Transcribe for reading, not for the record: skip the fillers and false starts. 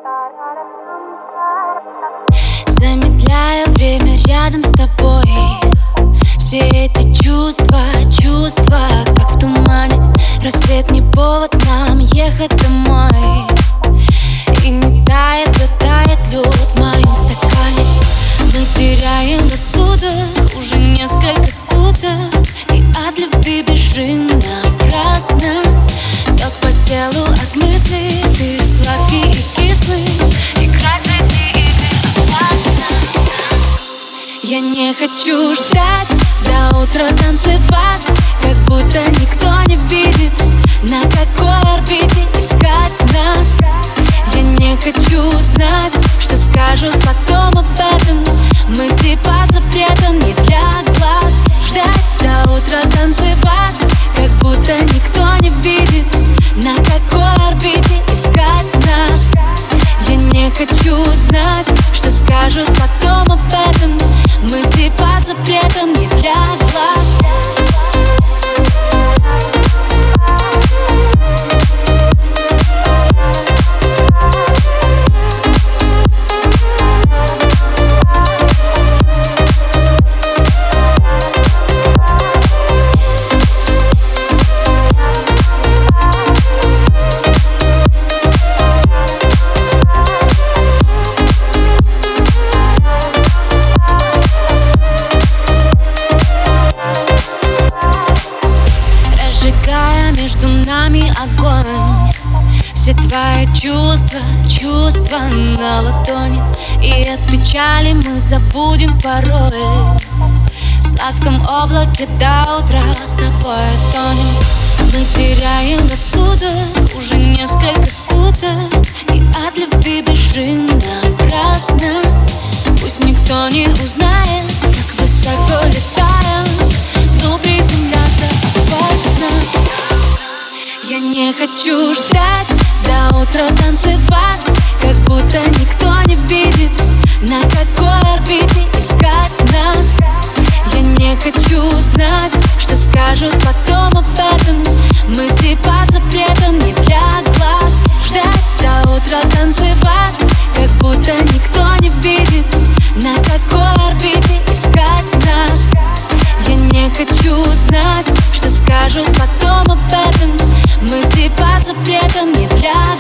Замедляя время рядом с тобой. Все эти чувства, как в тумане. Рассвет не повод нам ехать домой. И не тает, но тает лед в моем стакане. Мы теряем рассудок уже несколько суток, и от любви бежим напрасно. Ток по телу от мыслей, ты сладкий и кислый. Играть в эти игры опасно. Я не хочу ждать до утра, танцевать, как будто никто не видит, на какой орбите искать нас. Я не хочу знать, что скажут потом об этом. Мысли под запретом не для глаз. Ждать до утра, танцевать, как будто никто не видит, на какой орбите искать нас. Я не хочу знать, что скажут потом об этом. Мысли под запретом не для глаз. Между нами огонь. Все твои чувства на ладони. И от печали мы забудем пароль. В сладком облаке до утра с тобой тонем. Мы теряем рассудок уже несколько суток, и от любви бежим напрасно. Пусть никто не узнает, как высоко летаем, но приземляться опасно. Я не хочу ждать до утра, танцевать, как будто никто не видит, на какой орбите искать нас. Я не хочу знать, что скажут потом об этом. Мысли под запретом не для глаз. Ждать до утра, танцевать, как будто никто не видит, на какой орбите искать нас. Я не хочу знать, что скажут потом об этом. Мысли под запретом не для